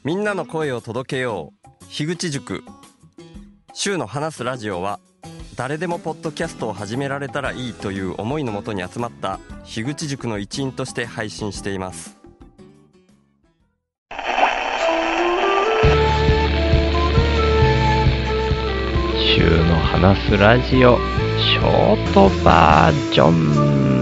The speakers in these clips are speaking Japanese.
みんなの声を届けよう。樋口塾。週の話すラジオは誰でもポッドキャストを始められたらいいという思いのもとに集まった樋口塾の一員として配信しています。 週の話すラジオショートバージョン。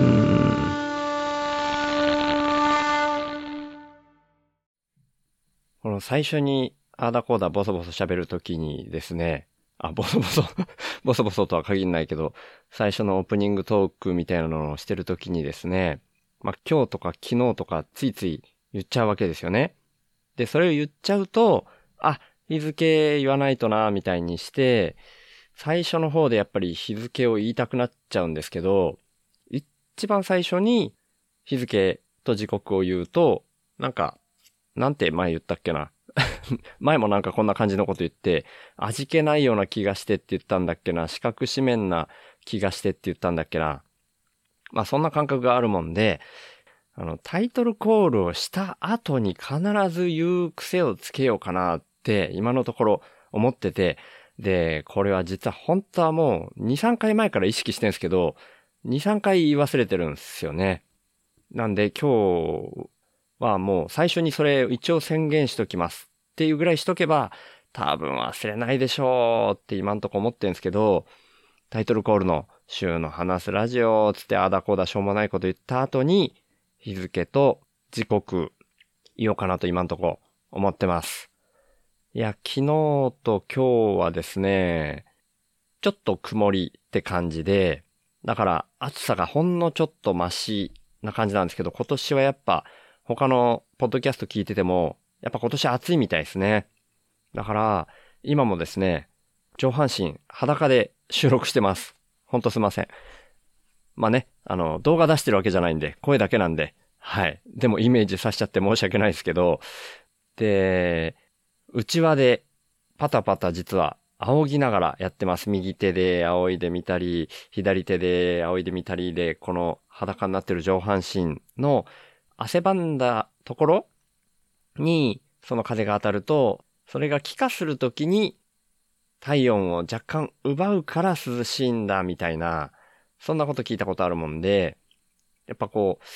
この最初にあーだこーだボソボソ喋るときにですね、ボソボソとは限らないけど、最初のオープニングトークみたいなのをしてるときにですね、今日とか昨日とかついつい言っちゃうわけですよね。で、それを言っちゃうと、日付言わないとな、みたいにして、最初の方でやっぱり日付を言いたくなっちゃうんですけど、一番最初に日付と時刻を言うと、なんて前言ったっけな。前もこんな感じのこと言って、味気ないような気がしてって言ったんだっけな。四角四面な気がしてって言ったんだっけな。そんな感覚があるもんで、タイトルコールをした後に必ず言う癖をつけようかなって今のところ思ってて、で、これは実は本当はもう2、3回前から意識してるんですけど、2、3回言い忘れてるんですよね。なんで今日はもう最初にそれを一応宣言しときますっていうぐらいしとけば、多分忘れないでしょうって今んとこ思ってるんですけど、タイトルコールの週の話すラジオつってあだこうだしょうもないこと言った後に、日付と時刻言おうかなと今んとこ思ってます。いや、昨日と今日はですね、ちょっと曇りって感じで、だから暑さがほんのちょっとマシな感じなんですけど、今年はやっぱ他のポッドキャスト聞いてても、やっぱ今年暑いみたいですね。だから今もですね、上半身裸で収録してます。ほんとすいません。動画出してるわけじゃないんで、声だけなんで、はい。でもイメージさせちゃって申し訳ないですけど、で、内輪でパタパタ実は仰ぎながらやってます。右手で仰いでみたり、左手で仰いでみたりで、この裸になってる上半身の汗ばんだところにその風が当たると、それが気化するときに体温を若干奪うから涼しいんだみたいな、そんなこと聞いたことあるもんで、やっぱ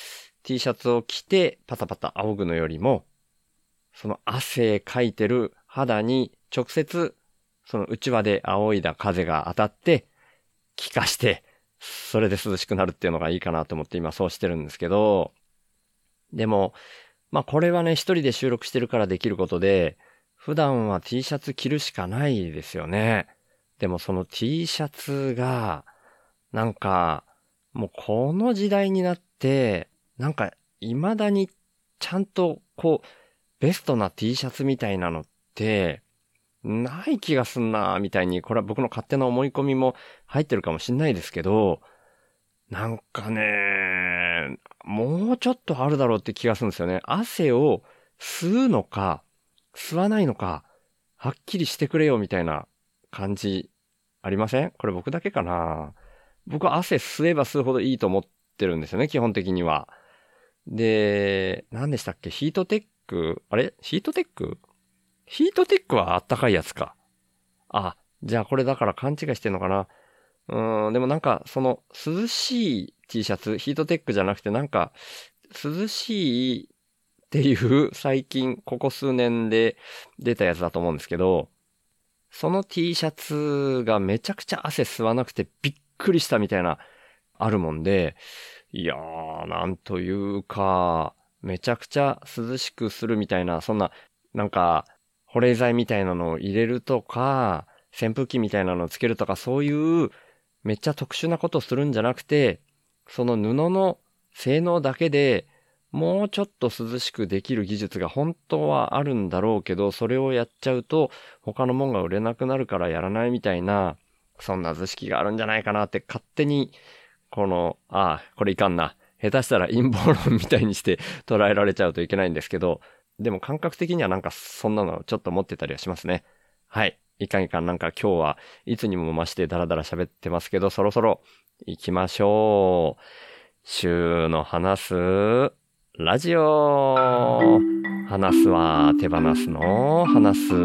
T シャツを着てパタパタ仰ぐのよりも、その汗かいてる肌に直接その内輪で仰いだ風が当たって気化して、それで涼しくなるっていうのがいいかなと思って今そうしてるんですけど、でもこれはね、一人で収録してるからできることで、普段は T シャツ着るしかないですよね。でもその T シャツがもうこの時代になって未だにちゃんとベストな T シャツみたいなのってない気がすんなみたいに、これは僕の勝手な思い込みも入ってるかもしんないですけど、もうちょっとあるだろうって気がするんですよね。汗を吸うのか吸わないのかはっきりしてくれよみたいな感じありません？これ僕だけかな？僕は汗吸えば吸うほどいいと思ってるんですよね、基本的には。で、何でしたっけ？ヒートテック？ヒートテック？ヒートテックはあったかいやつか。じゃあこれだから勘違いしてんのかな。でもその涼しい T シャツ、ヒートテックじゃなくて涼しいっていう最近ここ数年で出たやつだと思うんですけど、その T シャツがめちゃくちゃ汗吸わなくてびっくりしたみたいなあるもんで、いやー、なんというか、めちゃくちゃ涼しくするみたいな、そんな、保冷剤みたいなのを入れるとか、扇風機みたいなのをつけるとか、そういうめっちゃ特殊なことをするんじゃなくて、その布の性能だけでもうちょっと涼しくできる技術が本当はあるんだろうけど、それをやっちゃうと他のもんが売れなくなるからやらないみたいな、そんな図式があるんじゃないかなって勝手に、これいかんな。下手したら陰謀論みたいにして捉えられちゃうといけないんですけど、でも感覚的にはそんなのちょっと持ってたりはしますね。はい。いかん今日はいつにも増してダラダラ喋ってますけど、そろそろ行きましょう。週の話すラジオ。話すは手放すの話す。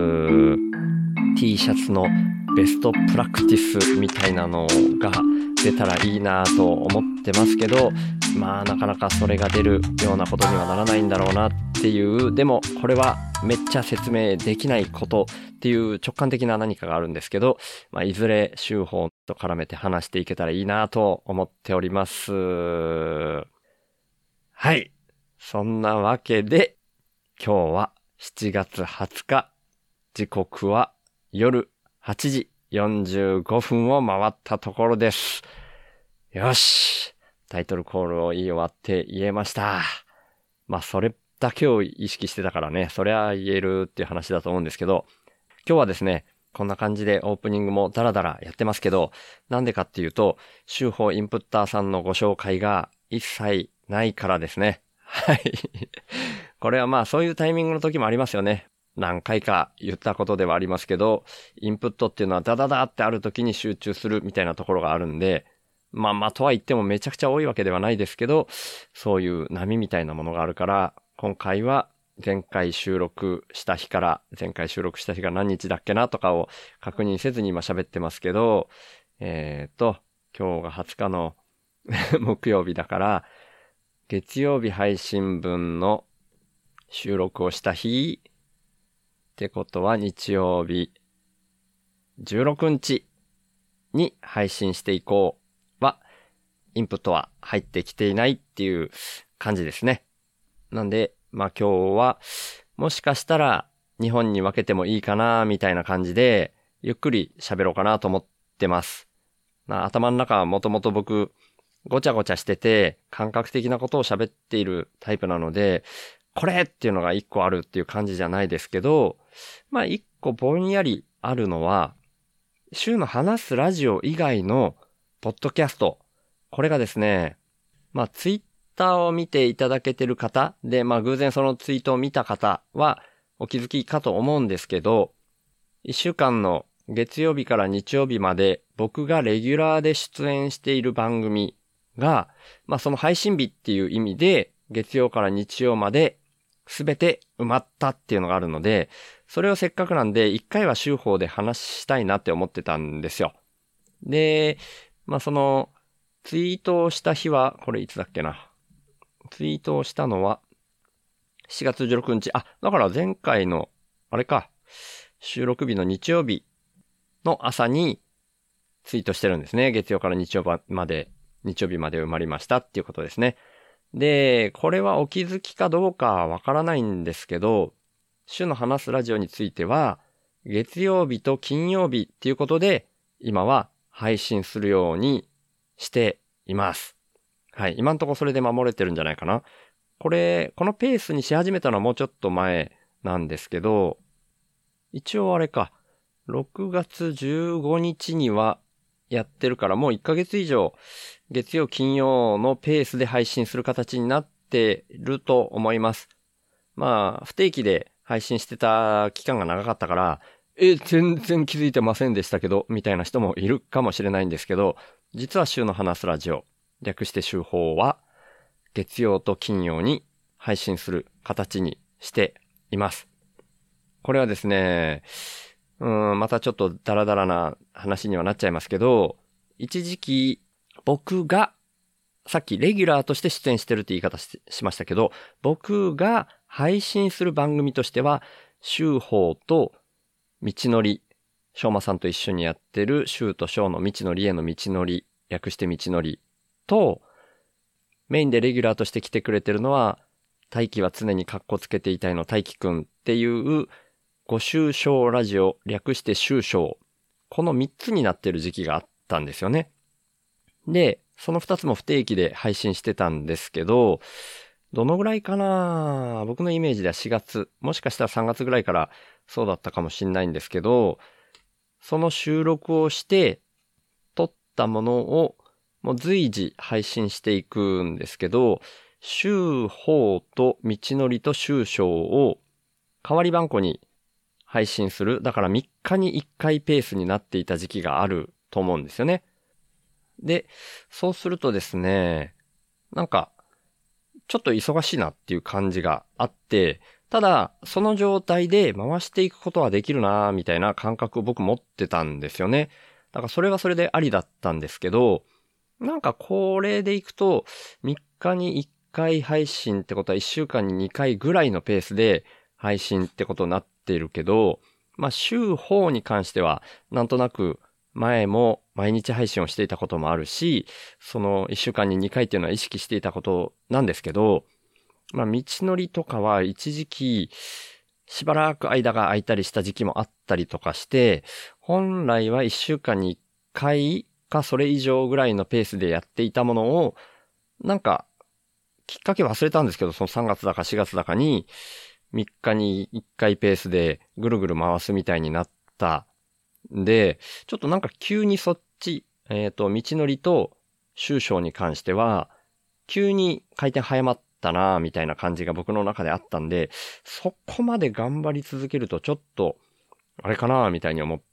T シャツのベストプラクティスみたいなのが出たらいいなと思ってますけど、まあなかなかそれが出るようなことにはならないんだろうなっていう、でもこれはめっちゃ説明できないことっていう直感的な何かがあるんですけど、まあ、いずれ週報と絡めて話していけたらいいなと思っております。はい。そんなわけで、今日は7月20日、時刻は夜8時45分を回ったところです。よし。タイトルコールを言い終わって言えました。まあそれだけを意識してたからね、そりゃ言えるっていう話だと思うんですけど、今日はですね、こんな感じでオープニングもダラダラやってますけど、なんでかっていうと、週報インプッターさんのご紹介が一切ないからですね。はい。これはまあそういうタイミングの時もありますよね。何回か言ったことではありますけど、インプットっていうのはダダダってある時に集中するみたいなところがあるんで、まあとは言ってもめちゃくちゃ多いわけではないですけど、そういう波みたいなものがあるから、今回は前回収録した日が何日だっけなとかを確認せずに今喋ってますけど、今日が20日の木曜日だから、月曜日配信分の収録をした日ってことは日曜日16日に配信していこうは、インプットは入ってきていないっていう感じですね。なんで、まあ今日はもしかしたら2本に分けてもいいかなみたいな感じでゆっくり喋ろうかなと思ってます。頭の中はもともと僕ごちゃごちゃしてて感覚的なことを喋っているタイプなので、これっていうのが1個あるっていう感じじゃないですけど、まあ1個ぼんやりあるのは、週の話すラジオ以外のポッドキャスト。これがですね、まあツイッターを見ていただけてる方で、まあ偶然そのツイートを見た方はお気づきかと思うんですけど、1週間の月曜日から日曜日まで僕がレギュラーで出演している番組が、まあその配信日っていう意味で月曜から日曜まで全て埋まったっていうのがあるので、それをせっかくなんで一回は週報で話したいなって思ってたんですよ。で、まあそのツイートをした日は、これいつだっけな。ツイートをしたのは7月16日。だから前回の、あれか、収録日の日曜日の朝にツイートしてるんですね。月曜から日曜日まで埋まりましたっていうことですね。で、これはお気づきかどうかわからないんですけど、週の話すラジオについては、月曜日と金曜日っていうことで、今は配信するようにしています。はい。今んとこそれで守れてるんじゃないかな。このペースにし始めたのはもうちょっと前なんですけど、一応あれか、6月15日にはやってるからもう1ヶ月以上月曜金曜のペースで配信する形になってると思います。まあ不定期で配信してた期間が長かったから全然気づいてませんでしたけどみたいな人もいるかもしれないんですけど、実は週の話すラジオ略して週報は月曜と金曜に配信する形にしています。これはですね、またちょっとダラダラな話にはなっちゃいますけど、一時期僕がさっきレギュラーとして出演してるって言い方 しましたけど、僕が配信する番組としては、週報と道のり、しょうまさんと一緒にやってる週としょうの道のりへの道のり、略して道のりと、メインでレギュラーとして来てくれてるのは、大輝は常にカッコつけていたいの大輝くんっていうご週章ラジオ、略して週章。この3つになってる時期があったんですよね。で、その2つも不定期で配信してたんですけど、どのぐらいかな？僕のイメージでは4月、もしかしたら3月ぐらいからそうだったかもしれないんですけど、その収録をして撮ったものをもう随時配信していくんですけど、週報と道のりと週章を代わり番号に配信する。だから3日に1回ペースになっていた時期があると思うんですよね。で、そうするとですね、なんかちょっと忙しいなっていう感じがあって、ただ、その状態で回していくことはできるなみたいな感覚を僕持ってたんですよね。だからそれはそれでありだったんですけど、なんかこれでいくと、3日に1回配信ってことは1週間に2回ぐらいのペースで配信ってことになっているけど、まあ週4に関しては、なんとなく前も毎日配信をしていたこともあるし、その1週間に2回っていうのは意識していたことなんですけど、まあ道のりとかは一時期しばらく間が空いたりした時期もあったりとかして、本来は1週間に1回かそれ以上ぐらいのペースでやっていたものを、なんかきっかけ忘れたんですけど、その3月だか4月だかに3日に1回ペースでぐるぐる回すみたいになったんで、ちょっとなんか急にそっち、道のりと終章に関しては、急に回転早まったなみたいな感じが僕の中であったんで、そこまで頑張り続けるとちょっと、あれかなみたいに思って、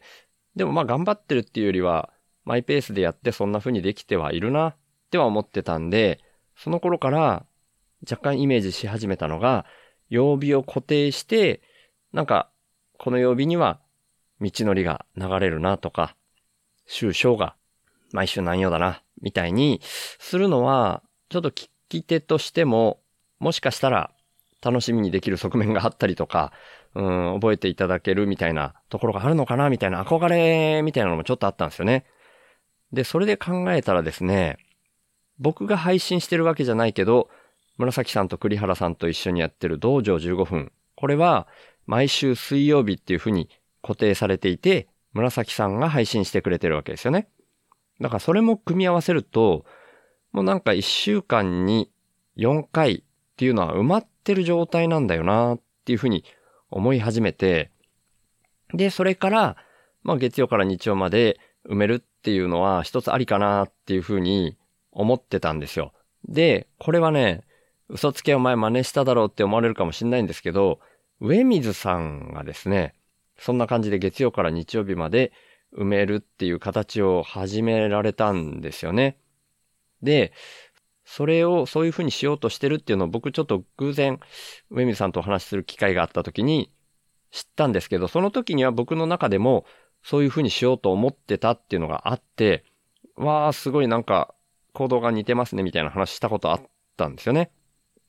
でもまあ頑張ってるっていうよりは、マイペースでやってそんな風にできてはいるなっては思ってたんで、その頃から若干イメージし始めたのが、曜日を固定して、なんか、この曜日には道のりが流れるなとか、終章が毎週何曜だな、みたいにするのは、ちょっと聞き手としても、もしかしたら楽しみにできる側面があったりとか、覚えていただけるみたいなところがあるのかな、みたいな憧れみたいなのもちょっとあったんですよね。で、それで考えたらですね、僕が配信してるわけじゃないけど、紫さんと栗原さんと一緒にやってる道場15分。これは毎週水曜日っていう風に固定されていて、紫さんが配信してくれてるわけですよね。だからそれも組み合わせると、もうなんか1週間に4回っていうのは埋まってる状態なんだよなっていう風に思い始めて、で、それから、まあ月曜から日曜まで埋めるっていうのは一つありかなっていう風に思ってたんですよ。で、これはね、嘘つけお前真似しただろうって思われるかもしれないんですけど、上水さんがですね、そんな感じで月曜から日曜日まで埋めるっていう形を始められたんですよね。で、それをそういう風にしようとしてるっていうのを僕ちょっと偶然上水さんとお話しする機会があった時に知ったんですけど、その時には僕の中でもそういう風にしようと思ってたっていうのがあって、わーすごいなんか行動が似てますねみたいな話したことあったんですよね。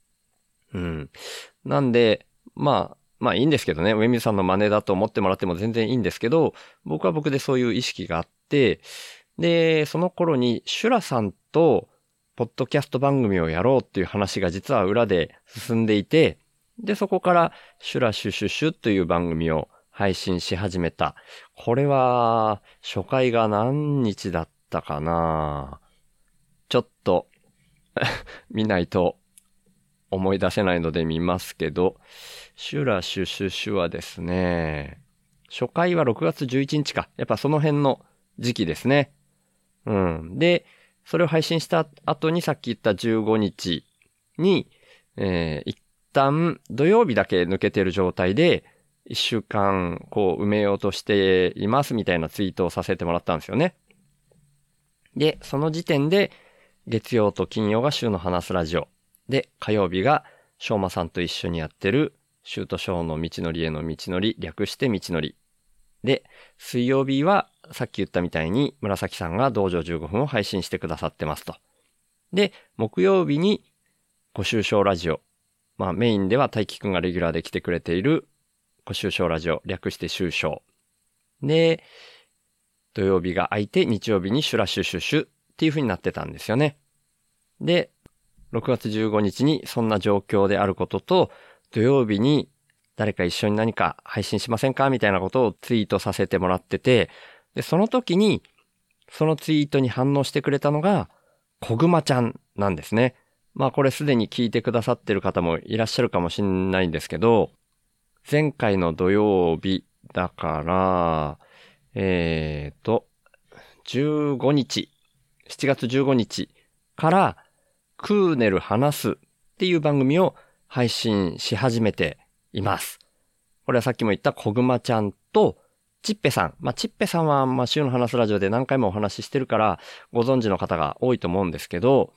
なんで、まあいいんですけどね、上水さんの真似だと思ってもらっても全然いいんですけど、僕は僕でそういう意識があって、で、その頃にシュラさんとポッドキャスト番組をやろうっていう話が実は裏で進んでいて、で、そこからシュラシュシュシュという番組を配信し始めた。これは、初回が何日だったかな？ちょっと見ないと思い出せないので見ますけど、シュラシュシュシュはですね、初回は6月11日か。やっぱその辺の時期ですね。で、それを配信した後にさっき言った15日に、一旦土曜日だけ抜けてる状態で、1週間こう埋めようとしていますみたいなツイートをさせてもらったんですよね。で、その時点で月曜と金曜が週の話すラジオ。で、火曜日がしょうまさんと一緒にやってるシュートショーの道のりへの道のり、略して道のり。で、水曜日はさっき言ったみたいに紫さんが道場15分を配信してくださってますと。で、木曜日にご愁傷ラジオ。まあメインでは大輝くんがレギュラーで来てくれているご愁傷ラジオ、略して愁傷。で、土曜日が空いて日曜日にシュラシュシュシュっていう風になってたんですよね。で、6月15日にそんな状況であることと、土曜日に誰か一緒に何か配信しませんかみたいなことをツイートさせてもらってて、で、その時に、そのツイートに反応してくれたのが、こぐまちゃんなんですね。まあこれすでに聞いてくださってる方もいらっしゃるかもしれないんですけど、前回の土曜日だから、15日、7月15日からクーネル話すっていう番組を配信し始めています。これはさっきも言ったこぐまちゃんとちっぺさん。まあ、ちっぺさんは週の話すラジオで何回もお話ししてるからご存知の方が多いと思うんですけど、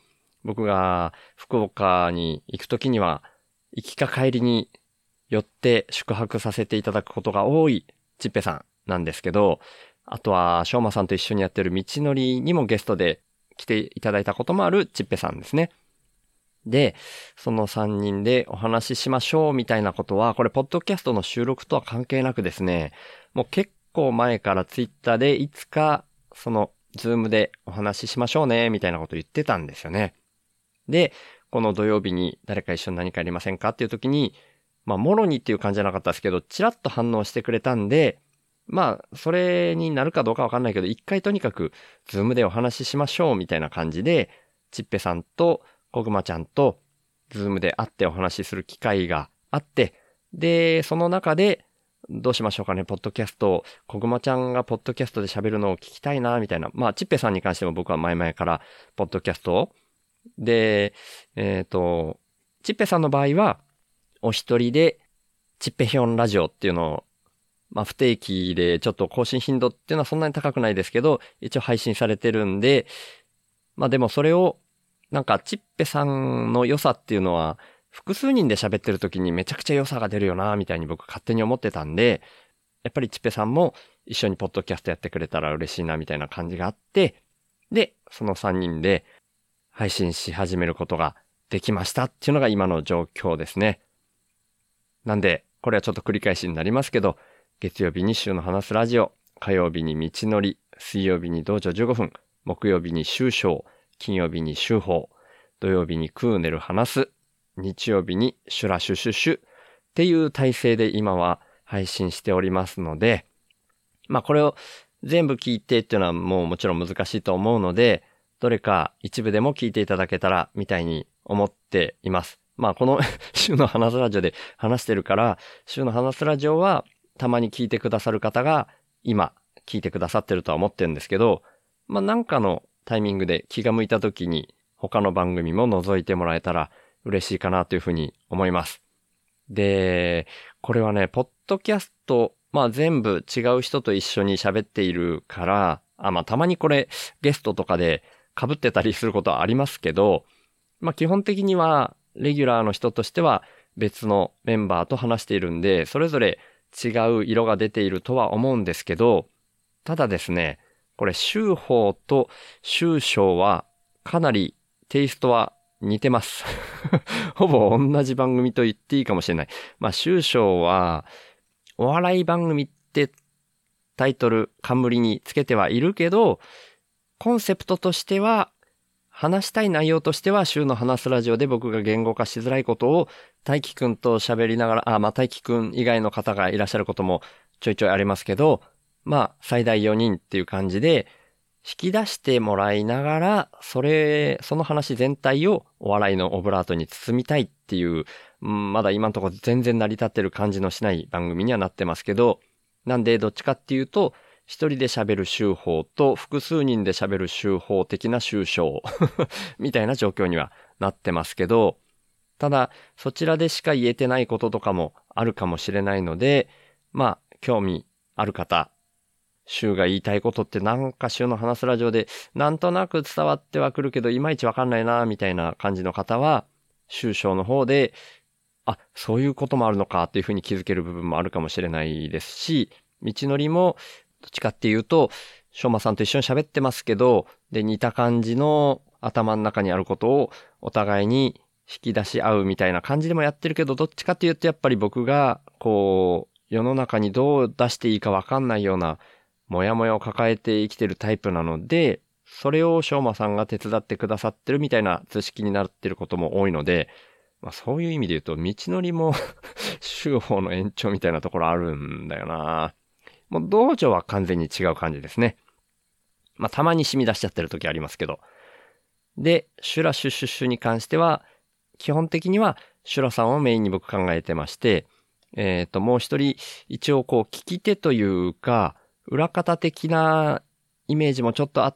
僕が福岡に行くときには、行きか帰りに寄って宿泊させていただくことが多いちっぺさんなんですけど、あとは、しょうまさんと一緒にやってる道のりにもゲストで来ていただいたこともあるちっぺさんですね。で、その3人でお話ししましょうみたいなことは、これ、ポッドキャストの収録とは関係なくですね、もう結構前からツイッターでいつか、その、ズームでお話ししましょうね、みたいなこと言ってたんですよね。で、この土曜日に誰か一緒に何かやりませんかっていう時に、もろにっていう感じじゃなかったですけど、ちらっと反応してくれたんで、それになるかどうかわかんないけど、一回とにかく、ズームでお話ししましょうみたいな感じで、ちっぺさんとこぐまちゃんと、ズームで会ってお話しする機会があって、で、その中で、どうしましょうかね、ポッドキャスト、こぐまちゃんがポッドキャストで喋るのを聞きたいな、みたいな。ちっぺさんに関しても僕は前々から、ポッドキャストを。で、ちっぺさんの場合は、お一人で、ちっぺひょんラジオっていうのを、不定期でちょっと更新頻度っていうのはそんなに高くないですけど、一応配信されてるんで、でもそれを、ちっぺさんの良さっていうのは、複数人で喋ってる時にめちゃくちゃ良さが出るよな、みたいに僕勝手に思ってたんで、やっぱりちっぺさんも一緒にポッドキャストやってくれたら嬉しいな、みたいな感じがあって、で、その3人で配信し始めることができましたっていうのが今の状況ですね。なんで、これはちょっと繰り返しになりますけど、月曜日に週の話すラジオ、火曜日に道のり、水曜日に道場15分、木曜日に週章、金曜日に週報、土曜日にクーネル話す、日曜日にシュラシュシュシュっていう体制で今は配信しておりますので、これを全部聞いてっていうのはもちろん難しいと思うので、どれか一部でも聞いていただけたらみたいに思っています。この週の話すラジオで話してるから、週の話すラジオはたまに聞いてくださる方が今聞いてくださってるとは思ってるんですけど、なんかのタイミングで気が向いた時に他の番組も覗いてもらえたら嬉しいかなというふうに思います。で、これはね、ポッドキャスト、全部違う人と一緒に喋っているから、たまにこれゲストとかで被ってたりすることはありますけど、基本的にはレギュラーの人としては別のメンバーと話しているんで、それぞれ違う色が出ているとは思うんですけど、ただですね、これ週報と週章はかなりテイストは似てます。ほぼ同じ番組と言っていいかもしれない。週章はお笑い番組ってタイトル冠につけてはいるけど、コンセプトとしては話したい内容としては週の話すラジオで僕が言語化しづらいことを大輝くんと喋りながら、大輝くん以外の方がいらっしゃることもちょいちょいありますけど、最大4人っていう感じで引き出してもらいながら、その話全体をお笑いのオブラートに包みたいっていう、まだ今のところ全然成り立ってる感じのしない番組にはなってますけど、なんでどっちかっていうと、一人で喋る週報と複数人で喋る週報的な週章みたいな状況にはなってますけど、ただそちらでしか言えてないこととかもあるかもしれないので、興味ある方、週が言いたいことって週の話すラジオでなんとなく伝わってはくるけどいまいちわかんないなみたいな感じの方は、週章の方でそういうこともあるのかっていうふうに気づける部分もあるかもしれないですし、道のりもどっちかっていうと、しょうまさんと一緒に喋ってますけど、で、似た感じの頭の中にあることをお互いに引き出し合うみたいな感じでもやってるけど、どっちかっていうとやっぱり僕が、世の中にどう出していいかわかんないような、もやもやを抱えて生きてるタイプなので、それをしょうまさんが手伝ってくださってるみたいな図式になってることも多いので、そういう意味で言うと、道のりも週報の延長みたいなところあるんだよな。もう道場は完全に違う感じですね。たまに染み出しちゃってる時ありますけど。で、シュラシュシュシュに関しては、基本的にはシュラさんをメインに僕考えてまして、もう一人、一応聞き手というか、裏方的なイメージもちょっとあって、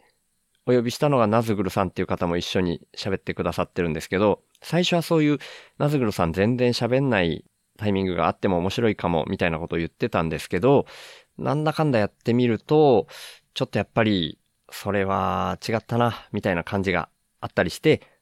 お呼びしたのがナズグルさんっていう方も一緒に喋ってくださってるんですけど、最初はそういうナズグルさん全然喋んないタイミングがあっても面白いかもみたいなことを言ってたんですけど、なんだかんだやってみると、ちょっとやっぱりそれは違ったなみたいな感じがあったりして、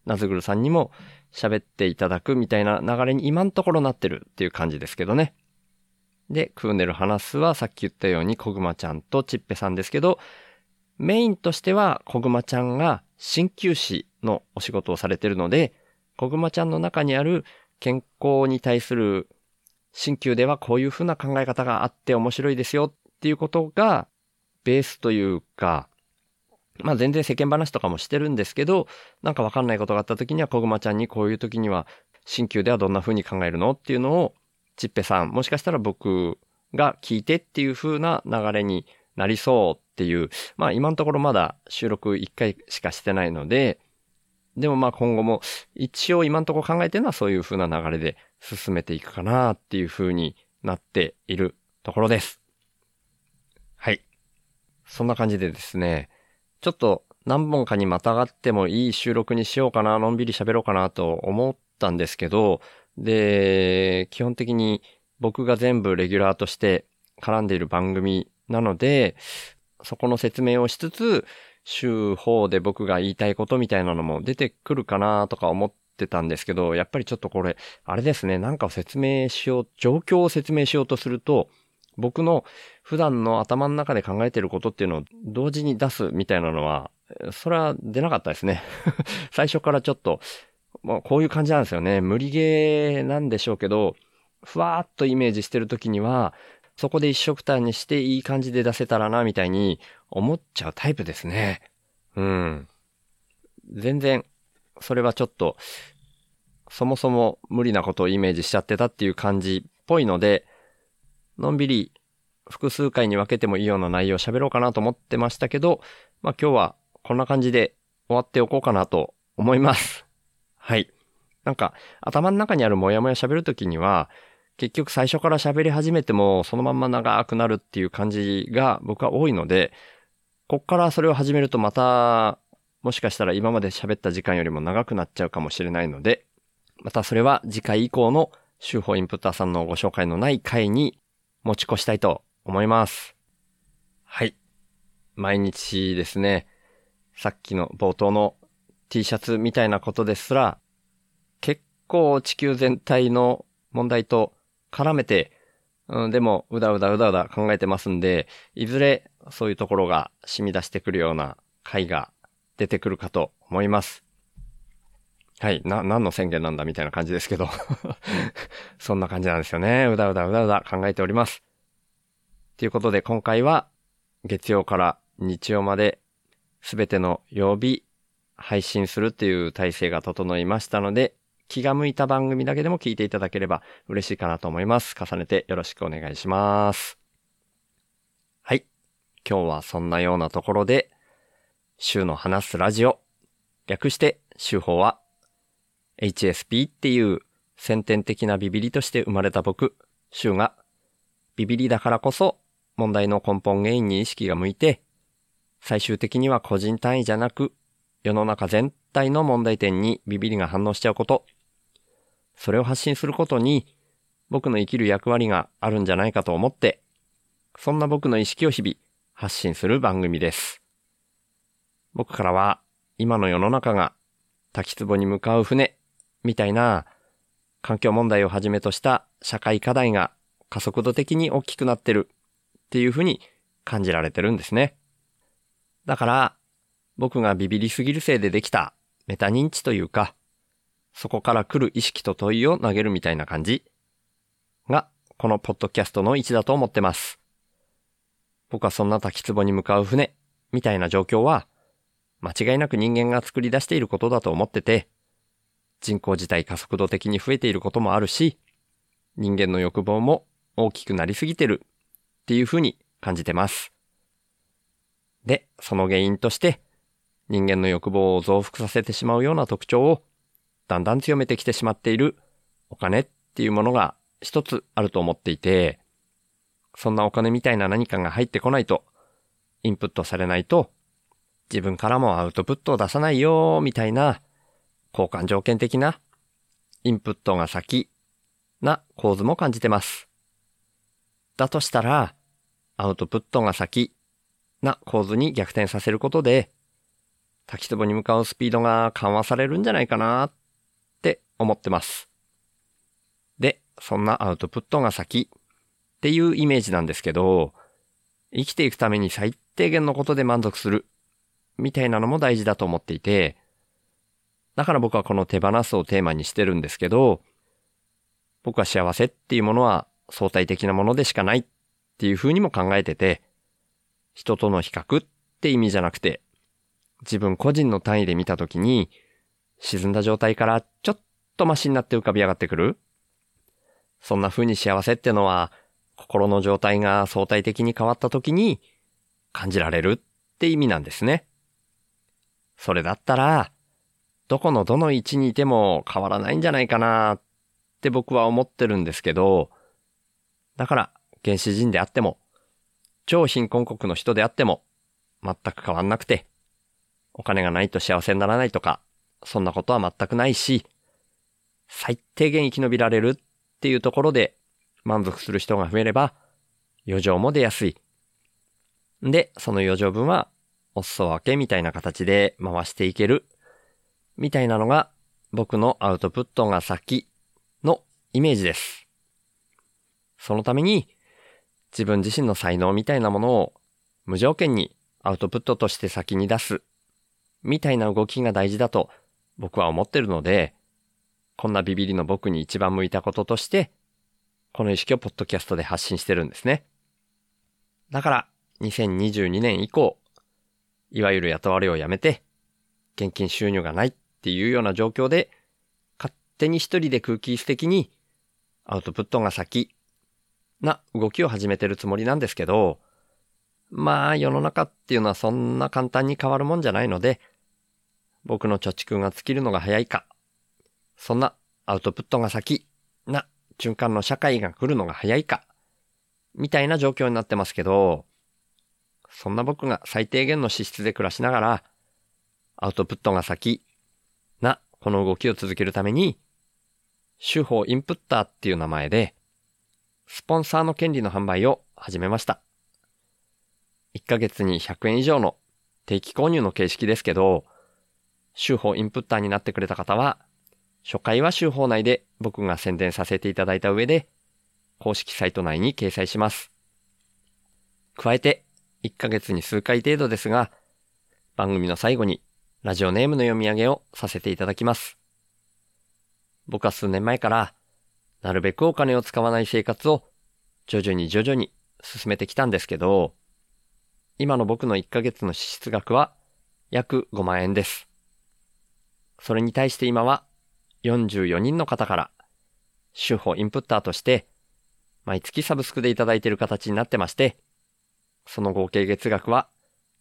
ナズグルさんにも喋っていただくみたいな流れに今のところなってるっていう感じですけどね。で、クーネル話すはさっき言ったようにコグマちゃんとチッペさんですけど、メインとしてはコグマちゃんが鍼灸師のお仕事をされてるので、コグマちゃんの中にある健康に対する鍼灸ではこういう風な考え方があって面白いですよっていうことがベースというか、まあ全然世間話とかもしてるんですけど、なんかわかんないことがあった時にはコグマちゃんにこういう時には鍼灸ではどんな風に考えるのっていうのをチッペさん、もしかしたら僕が聞いてっていう風な流れになりそうっていう、まあ今のところまだ収録1回しかしてないので、でもまあ今後も一応今のところ考えてるのはそういう風な流れで進めていくかなっていう風になっているところです。はい。そんな感じでですね、ちょっと何本かにまたがってもいい収録にしようかな、のんびり喋ろうかなと思ったんですけど、で、基本的に僕が全部レギュラーとして絡んでいる番組なので、そこの説明をしつつ、週報で僕が言いたいことみたいなのも出てくるかなとか思ってたんですけど、やっぱりちょっとこれ、あれですね、なんかを説明しよう、状況を説明しようとすると、僕の普段の頭の中で考えてることっていうのを同時に出すみたいなのは、それは出なかったですね。最初からちょっと、まあ、こういう感じなんですよね。無理ゲーなんでしょうけど、ふわーっとイメージしてるときには、そこで一緒単にしていい感じで出せたらな、みたいに思っちゃうタイプですね。うん。全然、それはちょっと、そもそも無理なことをイメージしちゃってたっていう感じっぽいので、のんびり複数回に分けてもいいような内容を喋ろうかなと思ってましたけど、まあ今日はこんな感じで終わっておこうかなと思います。はい。なんか頭の中にあるモヤモヤ喋るときには、結局最初から喋り始めてもそのまんま長くなるっていう感じが僕は多いので、こっからそれを始めるとまた、もしかしたら今まで喋った時間よりも長くなっちゃうかもしれないので、またそれは次回以降の週報インプッターさんのご紹介のない回に持ち越したいと思います。はい。毎日ですね、さっきの冒頭の T シャツみたいなことですら、結構地球全体の問題と絡めて、でもうだうだ考えてますんで、いずれそういうところが染み出してくるような回が出てくるかと思います。はい。何の宣言なんだみたいな感じですけど。そんな感じなんですよね。うだうだ考えております。ということで今回は月曜から日曜まで全ての曜日配信するっていう体制が整いましたので、気が向いた番組だけでも聞いていただければ嬉しいかなと思います。重ねてよろしくお願いします。はい。今日はそんなようなところで、週の話すラジオ、略して週報は、HSP っていう先天的なビビリとして生まれた僕、週が、ビビリだからこそ問題の根本原因に意識が向いて、最終的には個人単位じゃなく、世の中全体の問題点にビビリが反応しちゃうこと、それを発信することに僕の生きる役割があるんじゃないかと思って、そんな僕の意識を日々発信する番組です。僕からは今の世の中が滝壺に向かう船みたいな環境問題をはじめとした社会課題が加速度的に大きくなってるっていうふうに感じられてるんですね。だから僕がビビりすぎるせいでできたメタ認知というか、そこから来る意識と問いを投げるみたいな感じがこのポッドキャストの位置だと思ってます。僕はそんな滝壺に向かう船みたいな状況は間違いなく人間が作り出していることだと思ってて、人口自体加速度的に増えていることもあるし、人間の欲望も大きくなりすぎてるっていうふうに感じてます。で、その原因として人間の欲望を増幅させてしまうような特徴をだんだん強めてきてしまっているお金っていうものが一つあると思っていて、そんなお金みたいな何かが入ってこないと、インプットされないと、自分からもアウトプットを出さないよみたいな交換条件的なインプットが先な構図も感じてます。だとしたらアウトプットが先な構図に逆転させることで滝壺に向かうスピードが緩和されるんじゃないかなって思ってます。で、そんなアウトプットが先っていうイメージなんですけど、生きていくために最低限のことで満足するみたいなのも大事だと思っていて、だから僕はこの手放すをテーマにしてるんですけど、僕は幸せっていうものは相対的なものでしかないっていう風にも考えてて、人との比較って意味じゃなくて、自分個人の単位で見たときに、沈んだ状態からちょっとマシになって浮かび上がってくる。そんな風に幸せってのは、心の状態が相対的に変わったときに感じられるって意味なんですね。それだったら、どこのどの位置にいても変わらないんじゃないかなって僕は思ってるんですけど、だから原始人であっても、超貧困国の人であっても、全く変わんなくて、お金がないと幸せにならないとか、そんなことは全くないし、最低限生き延びられるっていうところで満足する人が増えれば、余剰も出やすい。で、その余剰分は、お裾分けみたいな形で回していける。みたいなのが、僕のアウトプットが先のイメージです。そのために、自分自身の才能みたいなものを無条件にアウトプットとして先に出す。みたいな動きが大事だと僕は思ってるので、こんなビビリの僕に一番向いたこととして、この意識をポッドキャストで発信してるんですね。だから、2022年以降、いわゆる雇われをやめて、現金収入がないっていうような状況で、勝手に一人で空気質的にアウトプットが先な動きを始めてるつもりなんですけど、まあ世の中っていうのはそんな簡単に変わるもんじゃないので、僕の貯蓄が尽きるのが早いか、そんなアウトプットが先な循環の社会が来るのが早いか、みたいな状況になってますけど、そんな僕が最低限の資質で暮らしながら、アウトプットが先なこの動きを続けるために、手法インプッターっていう名前で、スポンサーの権利の販売を始めました。1ヶ月に100円以上の定期購入の形式ですけど、手法インプッターになってくれた方は、初回は手法内で僕が宣伝させていただいた上で、公式サイト内に掲載します。加えて、1ヶ月に数回程度ですが、番組の最後にラジオネームの読み上げをさせていただきます。僕は数年前から、なるべくお金を使わない生活を徐々に進めてきたんですけど、今の僕の1ヶ月の支出額は約5万円です。それに対して今は44人の方から手法インプッターとして毎月サブスクでいただいている形になってまして、その合計月額は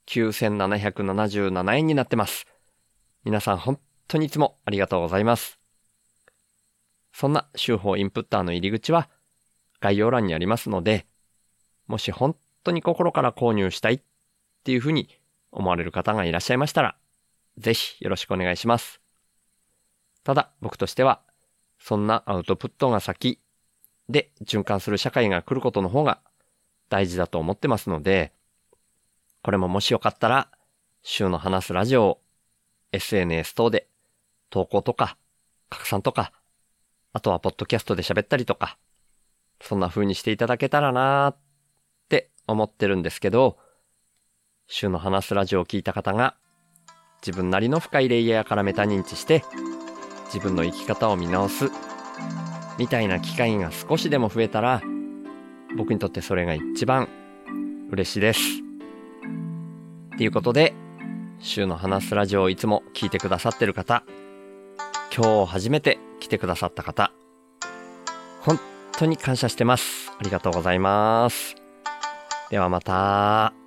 9777円になってます。皆さん本当にいつもありがとうございます。そんな手法インプッターの入り口は概要欄にありますので、もし本当に心から購入したいっていうふうに思われる方がいらっしゃいましたら、ぜひよろしくお願いします。ただ僕としては、そんなアウトプットが先で循環する社会が来ることの方が大事だと思ってますので、これももしよかったら、週の話すラジオを SNS 等で投稿とか拡散とか、あとはポッドキャストで喋ったりとか、そんな風にしていただけたらなーって思ってるんですけど、週の話すラジオを聞いた方が自分なりの深いレイヤーからメタ認知して自分の生き方を見直すみたいな機会が少しでも増えたら、僕にとってそれが一番嬉しいです。っていうことで、週の話すラジオをいつも聞いてくださってる方、今日初めて来てくださった方、本当に感謝してます。ありがとうございます。ではまた。